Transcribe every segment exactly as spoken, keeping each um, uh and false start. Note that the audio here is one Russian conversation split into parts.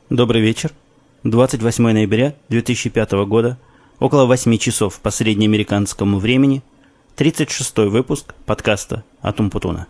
Добрый вечер. двадцать восьмое ноября две тысячи пятого года, около восьми часов по среднеамериканскому времени, тридцать шестой выпуск подкаста от Умпутуна.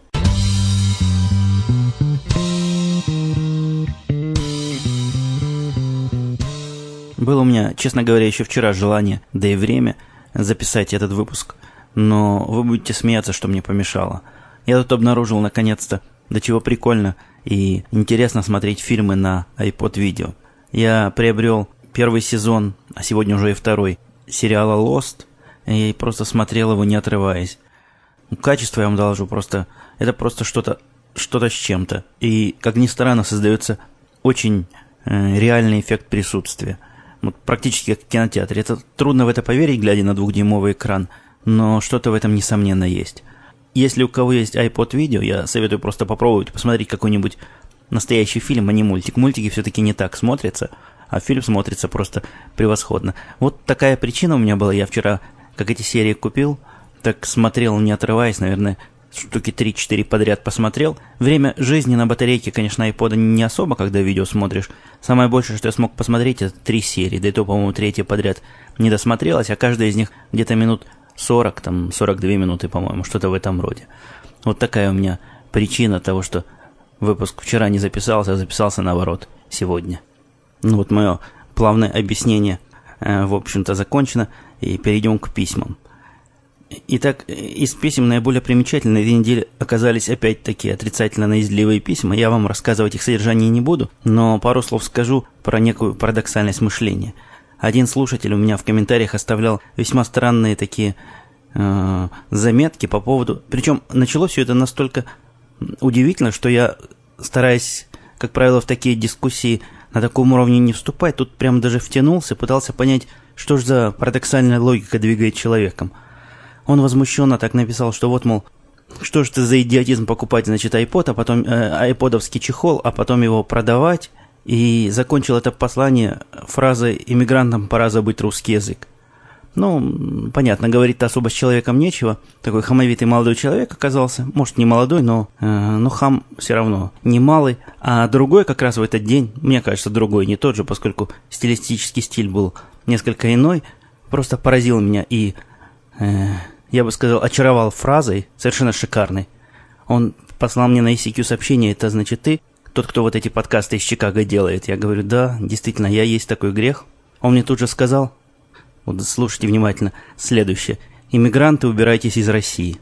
Было у меня, честно говоря, еще вчера желание, да и время записать этот выпуск, но вы будете смеяться, что мне помешало. Я тут обнаружил, наконец-то, до чего прикольно и интересно смотреть фильмы на iPod Video. Я приобрел первый сезон, а сегодня уже и второй, сериала Lost, и просто смотрел его, не отрываясь. Качество, я вам доложу, просто это просто что-то что-то с чем-то. И, как ни странно, создается очень э, реальный эффект присутствия. Вот, практически как в кинотеатре. Это трудно в это поверить, глядя на двухдюймовый экран, но что-то в этом, несомненно, есть. Если у кого есть iPod Video, я советую просто попробовать посмотреть какой-нибудь настоящий фильм, а не мультик. Мультики все-таки не так смотрятся, а фильм смотрится просто превосходно. Вот такая причина у меня была. Я вчера, как эти серии купил, так смотрел, не отрываясь, наверное, штуки три-четыре подряд посмотрел. Время жизни на батарейке, конечно, iPod не особо, когда видео смотришь. Самое большее, что я смог посмотреть, это три серии. Да и то, по-моему, третья подряд не досмотрелась, а каждая из них где-то минут сорок, там, сорок две минуты, по-моему, что-то в этом роде. Вот такая у меня причина того, что выпуск вчера не записался, а записался наоборот сегодня. Ну вот мое плавное объяснение, э, в общем-то, закончено, и перейдем к письмам. Итак, из писем наиболее примечательные этой неделе оказались опять такие отрицательно-наездливые письма. Я вам рассказывать их содержание не буду, но пару слов скажу про некую парадоксальность мышления. Один слушатель у меня в комментариях оставлял весьма странные такие э, заметки по поводу... Причем началось все это настолько удивительно, что я, стараясь, как правило, в такие дискуссии на таком уровне не вступать, тут прям даже втянулся, пытался понять, что же за парадоксальная логика двигает человеком. Он возмущенно так написал, что вот, мол, что же это за идиотизм покупать, значит, iPod, а потом э, айподовский чехол, а потом его продавать. И закончил это послание фразой «иммигрантам пора забыть русский язык». Ну, понятно, говорить-то особо с человеком нечего. Такой хамовитый молодой человек оказался. Может, не молодой, но, э, но хам все равно не малый. А другой как раз в этот день, мне кажется, другой, не тот же, поскольку стилистический стиль был несколько иной, просто поразил меня и, э, я бы сказал, очаровал фразой совершенно шикарной. Он послал мне на ай си кью сообщение: «Это значит ты, тот, кто вот эти подкасты из Чикаго делает?» Я говорю: да, действительно, я есть такой грех. Он мне тут же сказал, вот слушайте внимательно, следующее: «Иммигранты, убирайтесь из России».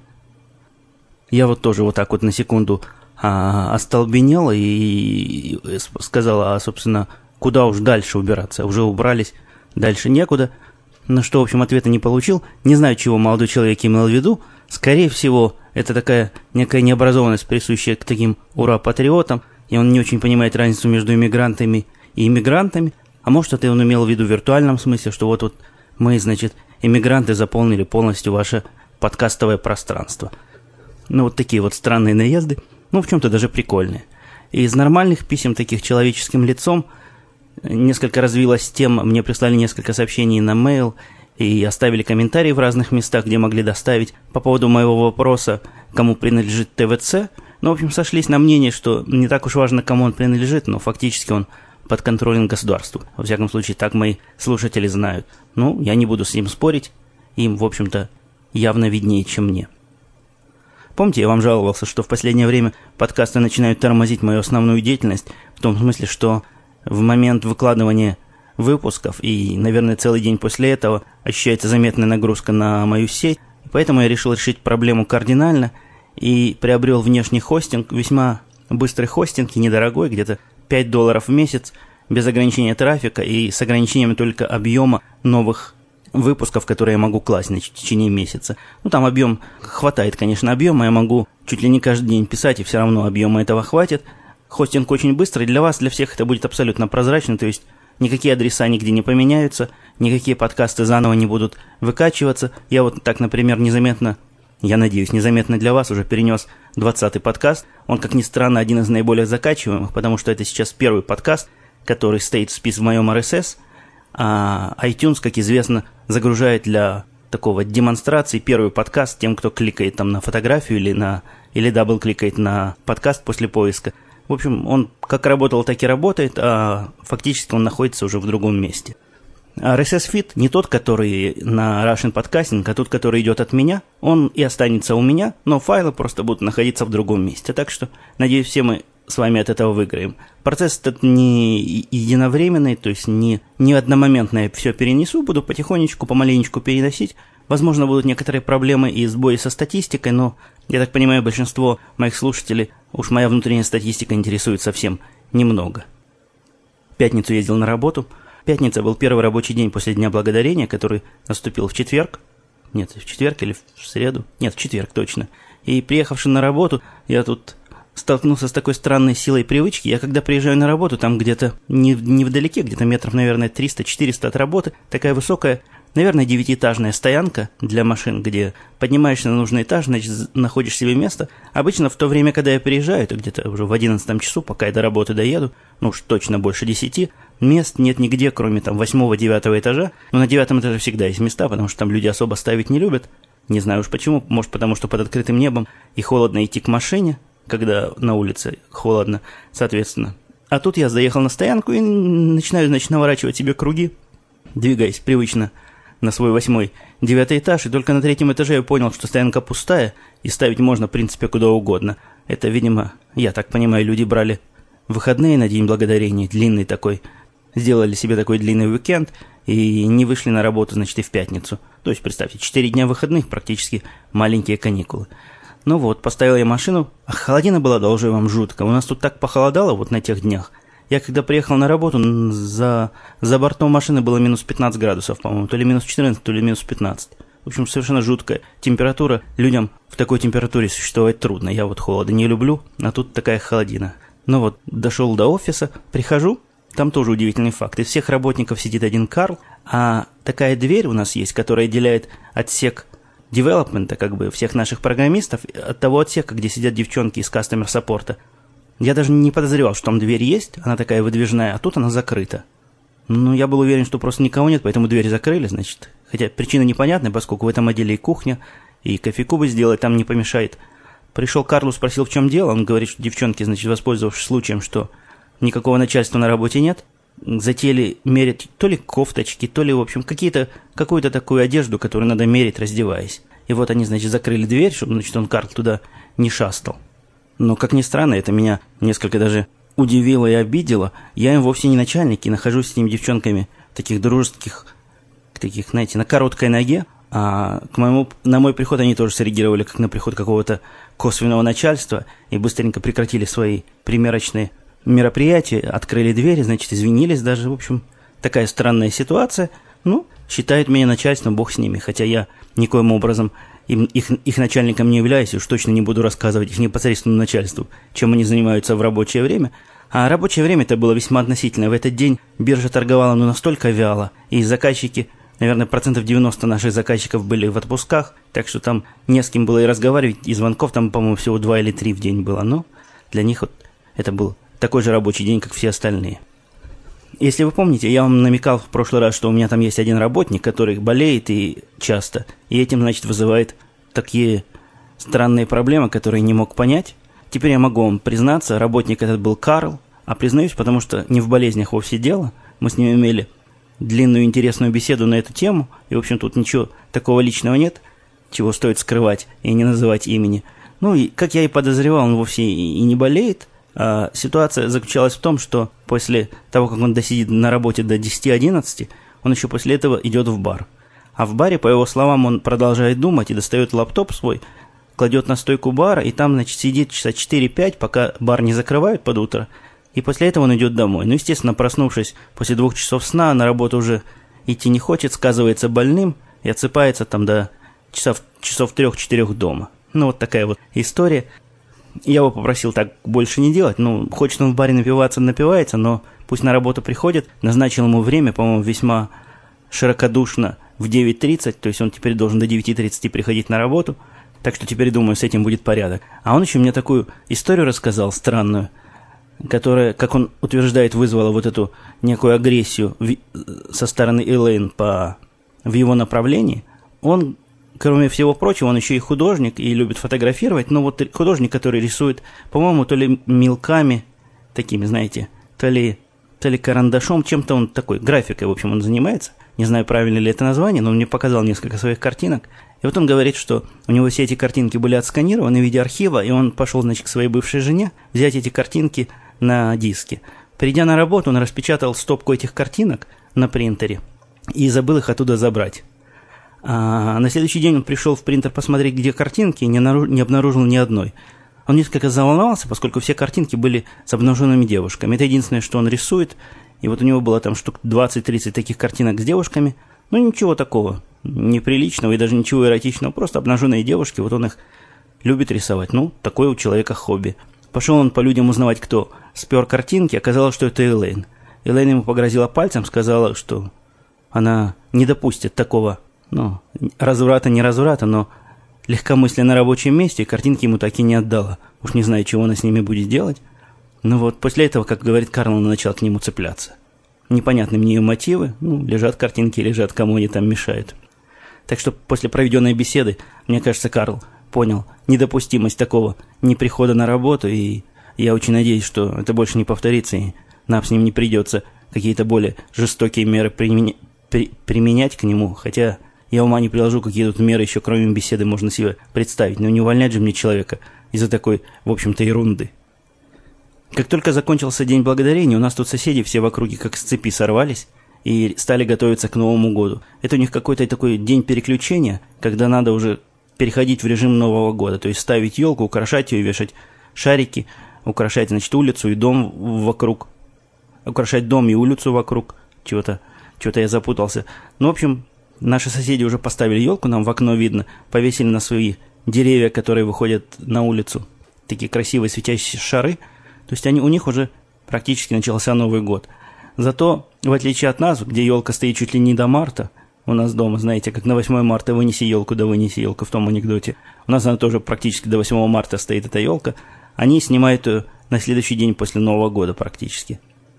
Я вот тоже вот так вот на секунду а, остолбенел и, и сказал: а, собственно, куда уж дальше убираться? Уже убрались, дальше некуда. На что, в общем, ответа не получил. Не знаю, чего молодой человек имел в виду. Скорее всего, это такая некая необразованность, присущая к таким ура-патриотам, и он не очень понимает разницу между иммигрантами и иммигрантами. А может, это он имел в виду в виртуальном смысле, что вот, вот мы, значит, иммигранты заполнили полностью ваше подкастовое пространство. Ну, вот такие вот странные наезды, ну, в чем-то даже прикольные. И из нормальных писем, таких человеческим лицом, несколько развилась тема. Мне прислали несколько сообщений на mail и оставили комментарии в разных местах, где могли доставить по поводу моего вопроса, кому принадлежит ТВЦ. Ну, в общем, сошлись на мнении, что не так уж важно, кому он принадлежит, но фактически он подконтролен государству. Во всяком случае, так мои слушатели знают. Ну, я не буду с ним спорить. Им, в общем-то, явно виднее, чем мне. Помните, я вам жаловался, что в последнее время подкасты начинают тормозить мою основную деятельность, в том смысле, что в момент выкладывания выпусков и, наверное, целый день после этого ощущается заметная нагрузка на мою сеть. Поэтому я решил решить проблему кардинально и приобрел внешний хостинг, весьма быстрый хостинг и недорогой, где-то пять долларов в месяц, без ограничения трафика и с ограничением только объема новых выпусков, которые я могу класть в течение месяца. Ну, там объем хватает, конечно, объема, я могу чуть ли не каждый день писать, и все равно объема этого хватит. Хостинг очень быстрый, для вас, для всех это будет абсолютно прозрачно, то есть никакие адреса нигде не поменяются, никакие подкасты заново не будут выкачиваться. Я вот так, например, незаметно, я надеюсь, незаметно для вас уже перенес двадцатый подкаст. Он, как ни странно, один из наиболее закачиваемых, потому что это сейчас первый подкаст, который стоит в списке в моем ар эс эс, а iTunes, как известно, загружает для такого демонстрации первый подкаст тем, кто кликает там на фотографию или на или дабл-кликает на подкаст после поиска, В общем, он как работал, так и работает, а фактически он находится уже в другом месте. ар эс эс-фид не тот, который на Russian Podcasting, а тот, который идет от меня. Он и останется у меня, но файлы просто будут находиться в другом месте. Так что, надеюсь, все мы с вами от этого выиграем. Процесс этот не единовременный, то есть не, не одномоментно я все перенесу, буду потихонечку, помаленечку переносить. Возможно, будут некоторые проблемы и сбои со статистикой, но, я так понимаю, большинство моих слушателей, уж моя внутренняя статистика интересует совсем немного. В пятницу ездил на работу. Пятница был первый рабочий день после Дня Благодарения, который наступил в четверг. Нет, в четверг или в среду? Нет, в четверг точно. И приехавши на работу, я тут столкнулся с такой странной силой привычки. Я когда приезжаю на работу, там где-то не, не вдалеке, где-то метров, наверное, триста-четыреста от работы, такая высокая, наверное, девятиэтажная стоянка для машин, где поднимаешься на нужный этаж, значит, находишь себе место. Обычно в то время, когда я приезжаю, это где-то уже в одиннадцатом часу, пока я до работы доеду, ну уж точно больше десяти, мест нет нигде, кроме там восьмого-девятого этажа. Но на девятом этаже всегда есть места, потому что там люди особо ставить не любят. Не знаю уж почему, может потому что под открытым небом и холодно идти к машине, когда на улице холодно, соответственно. А тут я заехал на стоянку и начинаю, значит, наворачивать себе круги, двигаясь привычно на свой восьмой, девятый этаж, и только на третьем этаже я понял, что стоянка пустая, и ставить можно, в принципе, куда угодно. Это, видимо, я так понимаю, люди брали выходные на День Благодарения, длинный такой, сделали себе такой длинный уикенд, и не вышли на работу, значит, и в пятницу. То есть, представьте, четыре дня выходных, практически маленькие каникулы. Ну вот, поставил я машину, а холодина была, должен вам, жутко. У нас тут так похолодало вот на тех днях. Я когда приехал на работу, за, за бортом машины было минус пятнадцать градусов, по-моему, то ли минус четырнадцать, то ли минус пятнадцать. В общем, совершенно жуткая температура. Людям в такой температуре существовать трудно. Я вот холода не люблю, а тут такая холодина. Ну вот, дошел до офиса, прихожу, там тоже удивительный факт. Из всех работников сидит один Карл, а такая дверь у нас есть, которая отделяет отсек девелопмента, как бы, всех наших программистов от того отсека, где сидят девчонки из кастомер-саппорта. Я даже не подозревал, что там дверь есть, она такая выдвижная, а тут она закрыта. Ну, я был уверен, что просто никого нет, поэтому дверь закрыли, значит. Хотя причина непонятная, поскольку в этом отделе и кухня, и кофе-кубы сделать там не помешает. Пришел Карлу, спросил, в чем дело. Он говорит, что девчонки, значит, воспользовавшись случаем, что никакого начальства на работе нет, затеяли мерить то ли кофточки, то ли, в общем, какие-то, какую-то такую одежду, которую надо мерить, раздеваясь. И вот они, значит, закрыли дверь, чтобы, значит, он, Карл, туда не шастал. Но, как ни странно, это меня несколько даже удивило и обидело. Я им вовсе не начальник и нахожусь с этими девчонками в таких дружеских, таких, знаете, на короткой ноге. А к моему, на мой приход они тоже среагировали как на приход какого-то косвенного начальства и быстренько прекратили свои примерочные мероприятия, открыли двери, значит, извинились даже. В общем, такая странная ситуация. Ну, считают меня начальством, бог с ними. Хотя я никоим образом им, их, их начальником не являюсь, и уж точно не буду рассказывать их непосредственному начальству, чем они занимаются в рабочее время. А рабочее время это было весьма относительно. В этот день биржа торговала ну настолько вяло, и заказчики, наверное, процентов девяносто наших заказчиков были в отпусках, так что там не с кем было и разговаривать, и звонков там, по-моему, всего два или три в день было. Но для них вот это был такой же рабочий день, как все остальные. Если вы помните, я вам намекал в прошлый раз, что у меня там есть один работник, который болеет и часто, и этим, значит, вызывает такие странные проблемы, которые не мог понять. Теперь я могу вам признаться, работник этот был Карл, а признаюсь, потому что не в болезнях вовсе дело. Мы с ним имели длинную интересную беседу на эту тему, и, в общем, тут ничего такого личного нет, чего стоит скрывать и не называть имени. Ну, и, как я и подозревал, он вовсе и не болеет. А ситуация заключалась в том, что после того, как он досидит на работе до десяти-одиннадцати, он еще после этого идет в бар. А в баре, по его словам, он продолжает думать и достает лаптоп свой, кладет на стойку бара, и там, значит, сидит часа четыре-пять, пока бар не закрывают под утро, и после этого он идет домой. Ну, естественно, проснувшись после двух часов сна, на работу уже идти не хочет, сказывается больным и отсыпается там до часов, часов трех-четырех дома. Ну, вот такая вот история. Я его попросил так больше не делать. Ну, хочет он в баре напиваться, напивается, но пусть на работу приходит. Назначил ему время, по-моему, весьма широкодушно в девять тридцать, то есть он теперь должен до девяти тридцати приходить на работу. Так что теперь, думаю, с этим будет порядок. А он еще мне такую историю рассказал, странную, которая, как он утверждает, вызвала вот эту некую агрессию в, со стороны Элейн по, в его направлении. Он, кроме всего прочего, он еще и художник и любит фотографировать. Но вот художник, который рисует, по-моему, то ли мелками, такими, знаете, то ли, то ли карандашом, чем-то он такой, графикой, в общем, он занимается. Не знаю, правильно ли это название, но он мне показал несколько своих картинок. И вот он говорит, что у него все эти картинки были отсканированы в виде архива, и он пошел, значит, к своей бывшей жене взять эти картинки на диске. Придя на работу, он распечатал стопку этих картинок на принтере и забыл их оттуда забрать. А на следующий день он пришел в принтер посмотреть, где картинки, и не, наруж... не обнаружил ни одной. Он несколько заволновался, поскольку все картинки были с обнаженными девушками. Это единственное, что он рисует. И вот у него было там штук двадцать-тридцать таких картинок с девушками. Ну, ничего такого неприличного и даже ничего эротичного. Просто обнаженные девушки, вот он их любит рисовать. Ну, такое у человека хобби. Пошел он по людям узнавать, кто спер картинки. Оказалось, что это Элейн. Элейн ему погрозила пальцем, сказала, что она не допустит такого, ну, разврата, не разврата, но легкомыслия на рабочем месте. Картинки ему так и не отдала. Уж не знаю, чего она с ними будет делать. Ну вот, после этого, как говорит Карл, она начала к нему цепляться. Непонятны мне ее мотивы. Ну, лежат картинки, лежат, кому они там мешают. Так что после проведенной беседы, мне кажется, Карл понял недопустимость такого неприхода на работу, и я очень надеюсь, что это больше не повторится, и нам с ним не придется какие-то более жестокие меры применя... при... применять к нему, хотя я ума не приложу, какие тут меры еще кроме беседы можно себе представить, но не увольнять же мне человека из-за такой, в общем-то, ерунды. Как только закончился День Благодарения, у нас тут соседи все в округе как с цепи сорвались и стали готовиться к Новому году. Это у них какой-то такой день переключения, когда надо уже переходить в режим Нового года, то есть ставить елку, украшать ее, вешать шарики, украшать, значит, улицу и дом вокруг, украшать дом и улицу вокруг, чего-то, чего-то я запутался. Ну, в общем, наши соседи уже поставили елку, нам в окно видно, повесили на свои деревья, которые выходят на улицу, такие красивые светящиеся шары. То есть они, у них уже практически начался Новый год. Зато, в отличие от нас, где елка стоит чуть ли не до марта, у нас дома, знаете, как на восьмое марта вынеси елку, да вынеси елку в том анекдоте. У нас она тоже практически до восьмого марта стоит, эта елка. Они снимают ее на следующий день после Нового года практически.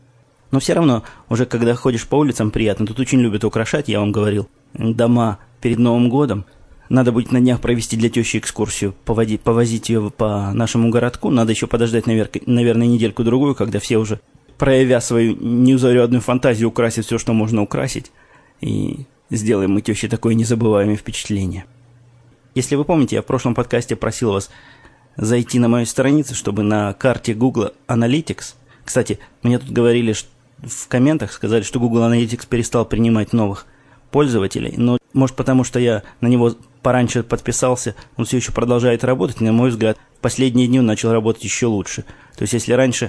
Но все равно, уже когда ходишь по улицам, приятно. Тут очень любят украшать, я вам говорил, дома перед Новым годом. Надо будет на днях провести для тещи экскурсию, поводи, повозить ее по нашему городку. Надо еще подождать, наверное, недельку-другую, когда все уже, проявя свою неузорядную фантазию, украсят все, что можно украсить. И сделаем мы теще такое незабываемое впечатление. Если вы помните, я в прошлом подкасте просил вас зайти на мою страницу, чтобы на карте Google Analytics... Кстати, мне тут говорили что в комментах, сказали, что Google Analytics перестал принимать новых пользователей. Но, может, потому что я на него пораньше подписался, он все еще продолжает работать. На мой взгляд, в последние дни он начал работать еще лучше. То есть, если раньше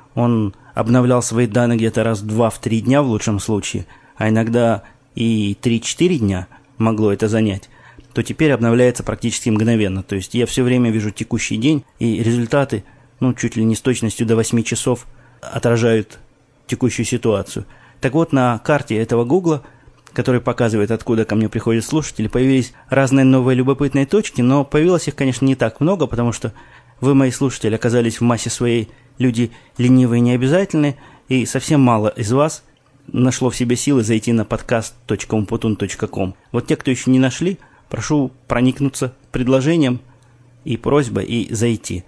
он обновлял свои данные где-то раз в два-три дня в лучшем случае, а иногда и три-четыре дня могло это занять, то теперь обновляется практически мгновенно. То есть, я все время вижу текущий день, и результаты, ну, чуть ли не с точностью до восьми часов отражают текущую ситуацию. Так вот, на карте этого Гугла, который показывает, откуда ко мне приходят слушатели, появились разные новые любопытные точки, но появилось их, конечно, не так много, потому что вы, мои слушатели, оказались в массе своей люди ленивые и необязательные, и совсем мало из вас нашло в себе силы зайти на подкаст точка умпутун точка ком. Вот те, кто еще не нашли, прошу проникнуться предложением и просьбой и зайти.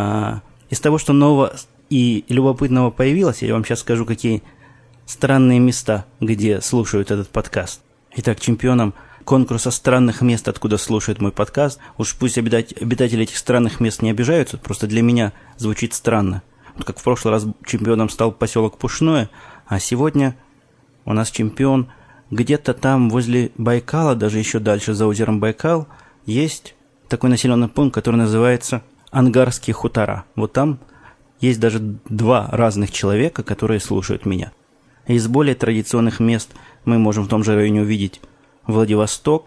А из того, что нового и любопытного появилось, я вам сейчас скажу, какие странные места, где слушают этот подкаст. Итак, чемпионом конкурса странных мест, откуда слушают мой подкаст, уж пусть обитатели этих странных мест не обижаются, просто для меня звучит странно. Вот как в прошлый раз чемпионом стал поселок Пушное, а сегодня у нас чемпион где-то там возле Байкала, даже еще дальше за озером Байкал, есть такой населенный пункт, который называется Ангарские хутора. Вот там есть даже два разных человека, которые слушают меня. Из более традиционных мест мы можем в том же районе увидеть Владивосток.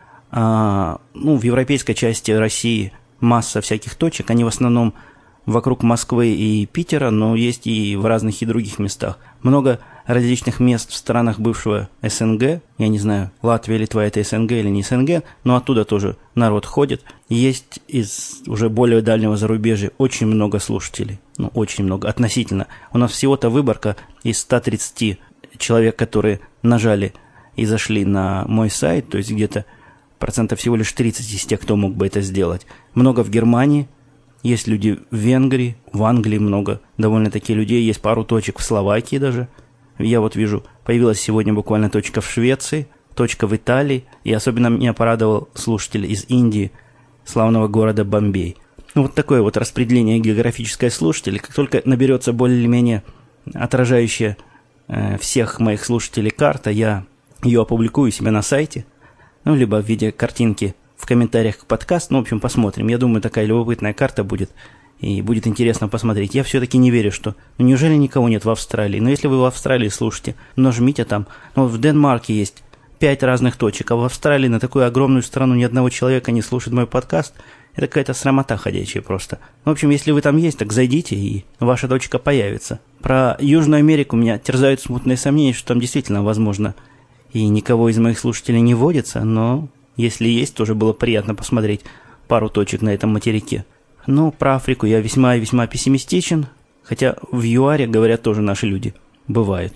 А, ну, в европейской части России масса всяких точек. Они в основном вокруг Москвы и Питера, но есть и в разных и других местах. Много различных мест в странах бывшего СНГ. Я не знаю, Латвия, Литва это СНГ или не СНГ, но оттуда тоже народ ходит. Есть из уже более дальнего зарубежья очень много слушателей. Ну, очень много, относительно. У нас всего-то выборка из ста тридцати человек, которые нажали и зашли на мой сайт, то есть где-то процентов всего лишь тридцать из тех, кто мог бы это сделать. Много в Германии, Есть люди в Венгрии, в Англии много довольно-таки людей, есть пару точек в Словакии даже. Я вот вижу, появилась сегодня буквально точка в Швеции, точка в Италии, и особенно меня порадовал слушатель из Индии, славного города Бомбей. Ну, вот такое вот распределение географическое слушателей. Как только наберется более-менее отражающая э, всех моих слушателей карта, я ее опубликую у себя на сайте, ну, либо в виде картинки в комментариях к подкасту. Ну, в общем, посмотрим. Я думаю, такая любопытная карта будет, и будет интересно посмотреть. Я все-таки не верю, что... Ну, неужели никого нет в Австралии? Но если вы в Австралии слушаете, нажмите там. Ну, в Денмарке есть пять разных точек, а в Австралии на такую огромную страну ни одного человека не слушает мой подкаст. Это какая-то срамота ходячая просто. В общем, если вы там есть, так зайдите, и ваша точка появится. Про Южную Америку меня терзают смутные сомнения, что там действительно, возможно, и никого из моих слушателей не водится, но если есть, тоже было приятно посмотреть пару точек на этом материке. Но про Африку я весьма и весьма пессимистичен, хотя в ЮАРе, говорят, тоже наши люди бывают.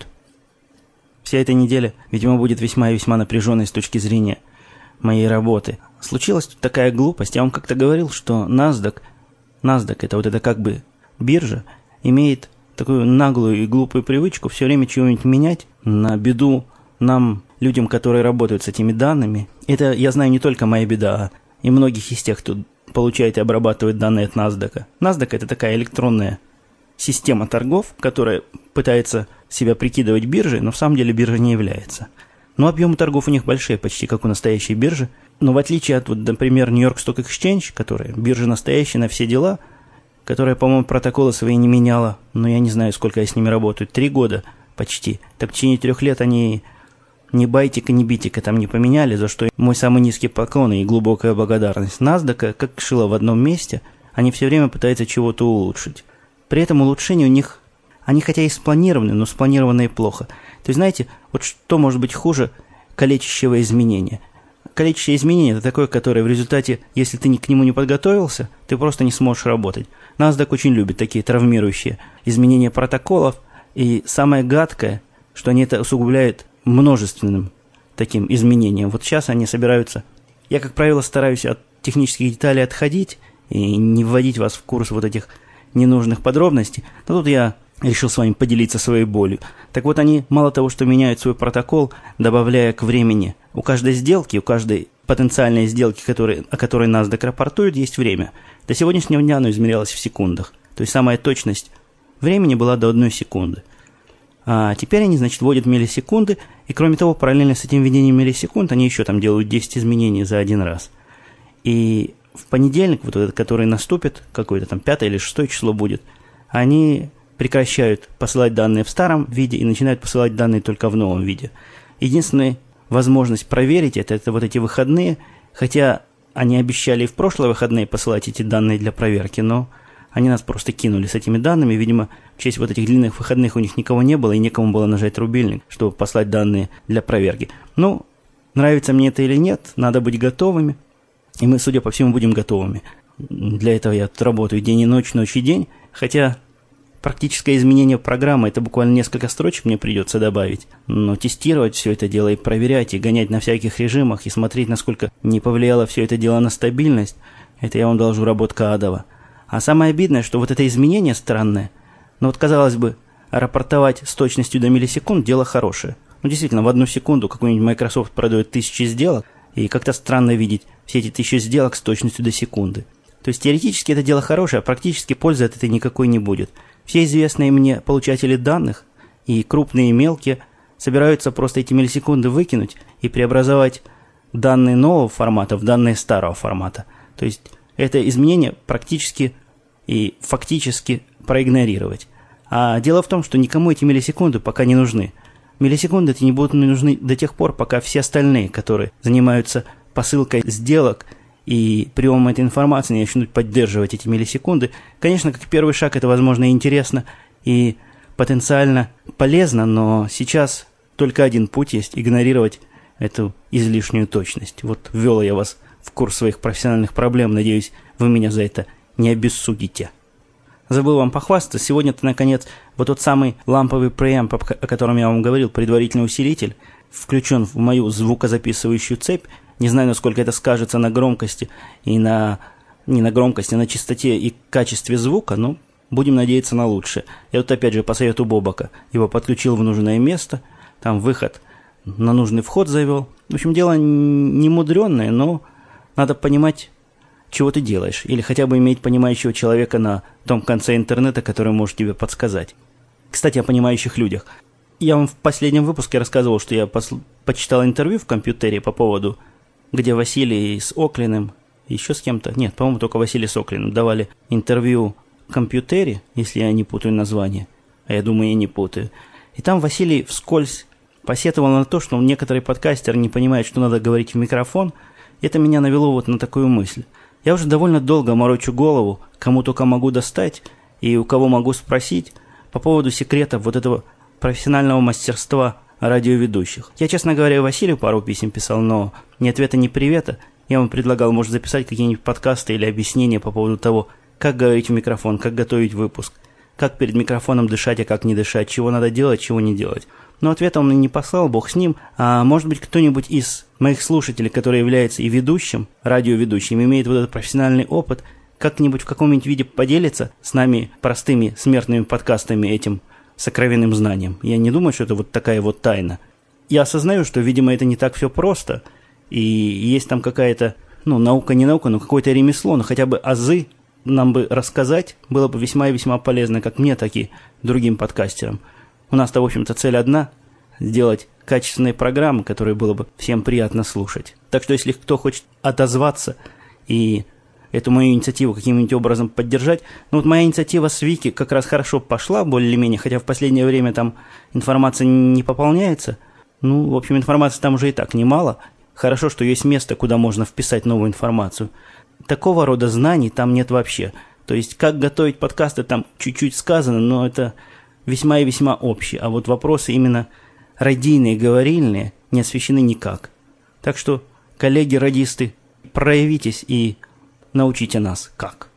Вся эта неделя, видимо, будет весьма и весьма напряженной с точки зрения моей работы. Случилась тут такая глупость. Я вам как-то говорил, что NASDAQ, NASDAQ, это вот это как бы биржа, имеет такую наглую и глупую привычку все время чего-нибудь менять на беду нам, людям, которые работают с этими данными. Это, я знаю, не только моя беда, а и многих из тех, кто получает и обрабатывает данные от NASDAQ. NASDAQ – это такая электронная система торгов, которая пытается себя прикидывать биржей, но в самом деле биржа не является. Но объемы торгов у них большие, почти как у настоящей биржи. Но в отличие от, вот, например, New York Stock Exchange, которая биржа настоящая на все дела, которая, по-моему, протоколы свои не меняла, но я не знаю, сколько я с ними работаю, три года почти. Так в течение трех лет они ни байтика, ни битика там не поменяли, за что мой самый низкий поклон и глубокая благодарность. NASDAQ, как шило в одном месте, они все время пытаются чего-то улучшить. При этом улучшения у них, они хотя и спланированы, но спланированные плохо. То есть, знаете, вот что может быть хуже калечащего изменения? Калечащее изменение – это такое, которое в результате, если ты к нему не подготовился, ты просто не сможешь работать. NASDAQ очень любит такие травмирующие изменения протоколов, и самое гадкое, что они это усугубляют множественным таким изменением. Вот сейчас они собираются... Я, как правило, стараюсь от технических деталей отходить и не вводить вас в курс вот этих ненужных подробностей, но тут я решил с вами поделиться своей болью. Так вот, они мало того, что меняют свой протокол, добавляя к времени. У каждой сделки, у каждой потенциальной сделки, которые, о которой NASDAQ рапортует, есть время. До сегодняшнего дня оно измерялось в секундах. То есть самая точность времени была до одной секунды. А теперь они, значит, вводят миллисекунды, и кроме того, параллельно с этим введением миллисекунд, они еще там делают десять изменений за один раз. И в понедельник, вот этот, который наступит, какое-то там пятое или шестое число будет, они прекращают посылать данные в старом виде и начинают посылать данные только в новом виде. Единственная возможность проверить это, это вот эти выходные, хотя они обещали и в прошлые выходные посылать эти данные для проверки, но они нас просто кинули с этими данными. Видимо, в честь вот этих длинных выходных у них никого не было, и некому было нажать рубильник, чтобы послать данные для проверки. Ну, нравится мне это или нет, надо быть готовыми. И мы, судя по всему, будем готовыми. Для этого я тут работаю день и ночь, ночь и день. Хотя практическое изменение программы, это буквально несколько строчек мне придется добавить. Но тестировать все это дело и проверять, и гонять на всяких режимах, и смотреть, насколько не повлияло все это дело на стабильность, это я вам должу работка адова. А самое обидное, что вот это изменение странное, ну вот, казалось бы, рапортовать с точностью до миллисекунд – дело хорошее. Ну, действительно, в одну секунду какой-нибудь Microsoft продает тысячи сделок, и как-то странно видеть все эти тысячи сделок с точностью до секунды. То есть, теоретически это дело хорошее, а практически пользы от этой никакой не будет. Все известные мне получатели данных, и крупные, и мелкие, собираются просто эти миллисекунды выкинуть и преобразовать данные нового формата в данные старого формата. То есть, это изменение практически и фактически проигнорировать. А дело в том, что никому эти миллисекунды пока не нужны. Миллисекунды эти не будут нужны до тех пор, пока все остальные, которые занимаются посылкой сделок и приемом этой информации, не начнут поддерживать эти миллисекунды. Конечно, как первый шаг это, возможно, и интересно, и потенциально полезно, но сейчас только один путь есть – игнорировать эту излишнюю точность. Вот ввел я вас в курс своих профессиональных проблем. Надеюсь, вы меня за это не обессудите. Забыл вам похвастаться. Сегодня-то, наконец, вот тот самый ламповый преамп, о котором я вам говорил, предварительный усилитель, включен в мою звукозаписывающую цепь. Не знаю, насколько это скажется на громкости и на не на громкости, а на частоте и качестве звука, но будем надеяться на лучшее. Я тут опять же по совету Бобока его подключил в нужное место, там выход на нужный вход завел. В общем, дело не мудреное, но надо понимать, чего ты делаешь, или хотя бы иметь понимающего человека на том конце интернета, который может тебе подсказать. Кстати, о понимающих людях. Я вам в последнем выпуске рассказывал, что я посл... почитал интервью в компьютере по поводу, где Василий с Оклиным, еще с кем-то, нет, по-моему, только Василий с Оклиным давали интервью в компьютере, если я не путаю название, а я думаю, я не путаю. И там Василий вскользь посетовал на то, что некоторые подкастеры не понимают, что надо говорить в микрофон. Это меня навело вот на такую мысль. Я уже довольно долго морочу голову, кому только могу достать и у кого могу спросить по поводу секретов вот этого профессионального мастерства радиоведущих. Я, честно говоря, Василию пару писем писал, но ни ответа, ни привета. Я вам предлагал, может, записать какие-нибудь подкасты или объяснения по поводу того, как говорить в микрофон, как готовить выпуск, как перед микрофоном дышать, а как не дышать, чего надо делать, чего не делать. Но ответа он мне не послал, бог с ним. А может быть, кто-нибудь из моих слушателей, который является и ведущим, радиоведущим, имеет вот этот профессиональный опыт, как-нибудь в каком-нибудь виде поделится с нами простыми смертными подкастами этим сокровенным знанием. Я не думаю, что это вот такая вот тайна. Я осознаю, что, видимо, это не так все просто, и есть там какая-то, ну, наука не наука, но какое-то ремесло, но хотя бы азы нам бы рассказать было бы весьма и весьма полезно, как мне, так и другим подкастерам. У нас-то, в общем-то, цель одна – сделать качественные программы, которые было бы всем приятно слушать. Так что, если кто хочет отозваться и эту мою инициативу каким-нибудь образом поддержать, ну вот моя инициатива с Вики как раз хорошо пошла, более-менее, хотя в последнее время там информация не пополняется. Ну, в общем, информации там уже и так немало. Хорошо, что есть место, куда можно вписать новую информацию. Такого рода знаний там нет вообще. То есть, как готовить подкасты, там чуть-чуть сказано, но это весьма и весьма общее. А вот вопросы именно радийные, говорильные не освещены никак. Так что, коллеги-радисты, проявитесь и научите нас как.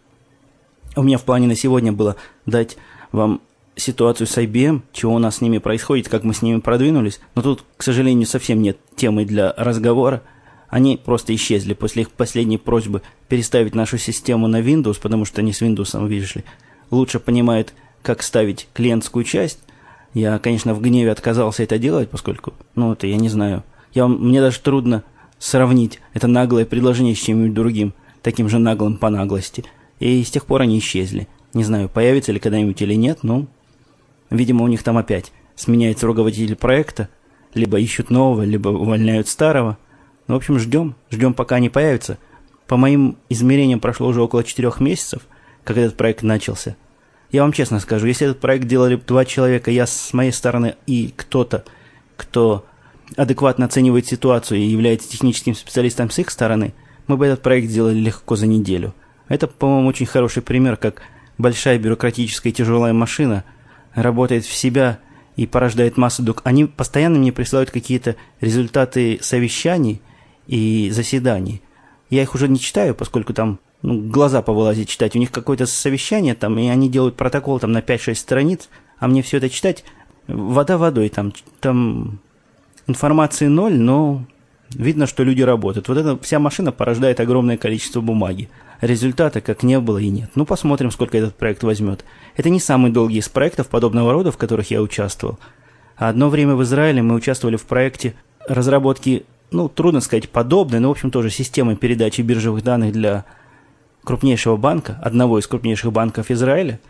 У меня в плане на сегодня было дать вам ситуацию с ай би эм, чего у нас с ними происходит, как мы с ними продвинулись. Но тут, к сожалению, совсем нет темы для разговора. Они просто исчезли после их последней просьбы переставить нашу систему на Windows, потому что они с Windows, видишь ли, лучше понимают, как ставить клиентскую часть. Я, конечно, в гневе отказался это делать, поскольку, ну, это я не знаю. Я, мне даже трудно сравнить это наглое предложение с чем-нибудь другим, таким же наглым по наглости. И с тех пор они исчезли. Не знаю, появится ли когда-нибудь или нет, но, видимо, у них там опять сменяется руководитель проекта, либо ищут нового, либо увольняют старого. Ну, в общем, ждем, ждем, пока они появятся. По моим измерениям прошло уже около четырех месяцев, как этот проект начался. Я вам честно скажу, если этот проект делали два человека, я с моей стороны и кто-то, кто адекватно оценивает ситуацию и является техническим специалистом с их стороны, мы бы этот проект сделали легко за неделю. Это, по-моему, очень хороший пример, как большая бюрократическая и тяжелая машина работает в себя и порождает массу док. Они постоянно мне присылают какие-то результаты совещаний и заседаний. Я их уже не читаю, поскольку там ну, глаза повылазить читать. У них какое-то совещание там, и они делают протокол там на пять-шесть страниц, а мне все это читать вода водой. Там, там информации ноль, но видно, что люди работают. Вот эта вся машина порождает огромное количество бумаги. Результата как не было и нет. Ну, посмотрим, сколько этот проект возьмет. Это не самый долгий из проектов подобного рода, в которых я участвовал. А одно время в Израиле мы участвовали в проекте разработки, ну, трудно сказать, подобной, но, в общем, тоже системы передачи биржевых данных для крупнейшего банка, одного из крупнейших банков Израиля.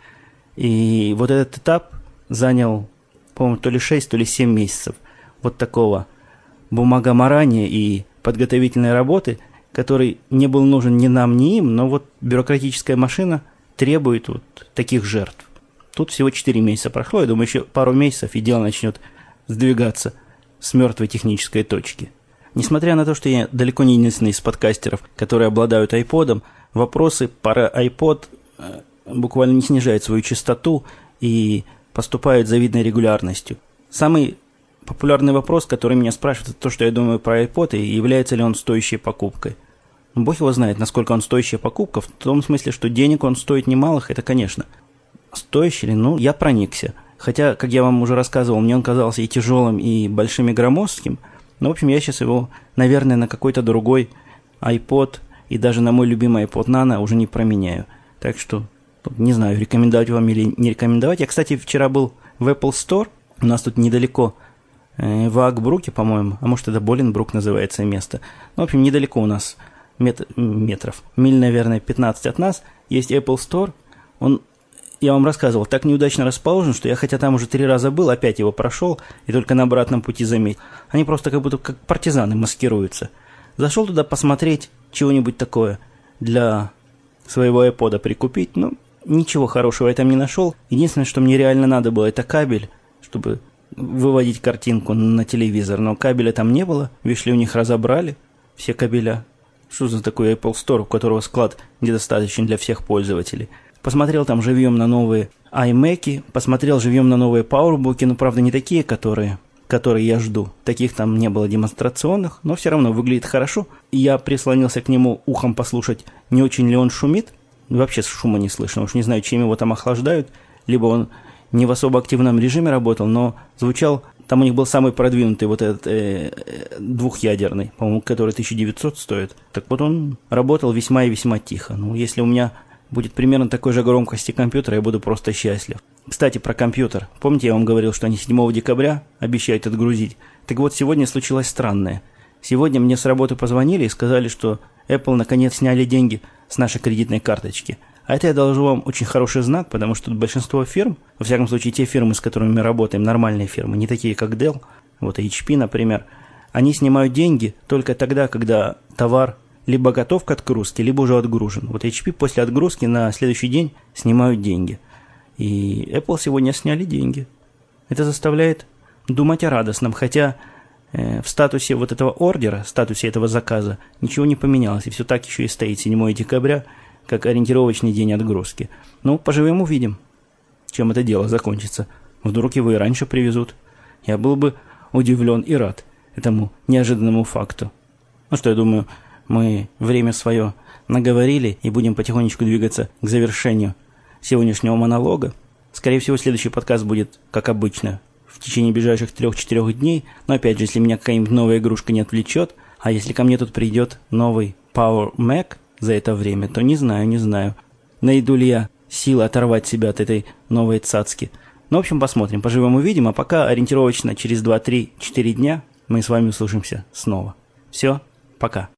И вот этот этап занял, по-моему, то ли шесть, то ли семь месяцев. Вот такого бумагоморания и подготовительной работы, который не был нужен ни нам, ни им, но вот бюрократическая машина требует вот таких жертв. Тут всего четыре месяца прошло, я думаю, еще пару месяцев, и дело начнет сдвигаться с мертвой технической точки. Несмотря на то, что я далеко не единственный из подкастеров, которые обладают айподом, вопросы про iPod буквально не снижают свою частоту и поступают с завидной регулярностью. Самый популярный вопрос, который меня спрашивают, это то, что я думаю про iPod и является ли он стоящей покупкой. Бог его знает, насколько он стоящая покупка, в том смысле, что денег он стоит немалых, это, конечно. Стоящий ли? Ну, я проникся. Хотя, как я вам уже рассказывал, мне он казался и тяжелым, и большим, и громоздким. Но, в общем, я сейчас его, наверное, на какой-то другой iPod и даже на мой любимый iPod Nano уже не променяю. Так что, не знаю, рекомендовать вам или не рекомендовать. Я, кстати, вчера был в Apple Store, у нас тут недалеко, э, в Акбруке, по-моему, а может, это Боленбрук называется место. Ну, в общем, недалеко у нас мет- метров, миль, наверное, пятнадцать от нас, есть Apple Store. Он, я вам рассказывал, так неудачно расположен, что я, хотя там уже три раза был, опять его прошел и только на обратном пути заметил. Они просто как будто как партизаны маскируются. Зашел туда посмотреть чего-нибудь такое для своего iPod прикупить, ну, ничего хорошего я там не нашел. Единственное, что мне реально надо было, это кабель, чтобы выводить картинку на телевизор. Но кабеля там не было, вишли у них разобрали все кабеля. Что за такой Apple Store, у которого склад недостаточен для всех пользователей. Посмотрел там живьем на новые iMac, посмотрел живьем на новые PowerBook, но, правда, не такие, которые... которые я жду. Таких там не было демонстрационных, но все равно выглядит хорошо. Я прислонился к нему ухом послушать, не очень ли он шумит. Вообще шума не слышно. Уж не знаю, чем его там охлаждают. Либо он не в особо активном режиме работал, но звучал... Там у них был самый продвинутый вот этот э, двухъядерный, по-моему, который тысяча девятьсот стоит. Так вот он работал весьма и весьма тихо. Ну, если у меня будет примерно такой же громкости компьютера, я буду просто счастлив. Кстати, про компьютер. Помните, я вам говорил, что они седьмого декабря обещают отгрузить? Так вот, сегодня случилось странное. Сегодня мне с работы позвонили и сказали, что Apple наконец сняли деньги с нашей кредитной карточки. А это я доложу вам очень хороший знак, потому что большинство фирм, во всяком случае те фирмы, с которыми мы работаем, нормальные фирмы, не такие как Dell, вот эйч пи, например, они снимают деньги только тогда, когда товар либо готов к отгрузке, либо уже отгружен. Вот эйч пи после отгрузки на следующий день снимают деньги. И Apple сегодня сняли деньги. Это заставляет думать о радостном, хотя э, в статусе вот этого ордера, в статусе этого заказа ничего не поменялось, и все так еще и стоит седьмого декабря, как ориентировочный день отгрузки. Ну, поживем увидим, чем это дело закончится. Вдруг его и раньше привезут. Я был бы удивлен и рад этому неожиданному факту. Ну что, я думаю, мы время свое наговорили и будем потихонечку двигаться к завершению сегодняшнего монолога. Скорее всего, следующий подкаст будет, как обычно, в течение ближайших трех-четырех дней. Но опять же, если меня какая-нибудь новая игрушка не отвлечет, а если ко мне тут придет новый Power Mac за это время, то не знаю, не знаю, найду ли я силы оторвать себя от этой новой цацки. Ну, в общем, посмотрим, поживем увидим, а пока ориентировочно через два-три-четыре дня мы с вами услышимся снова. Все, пока.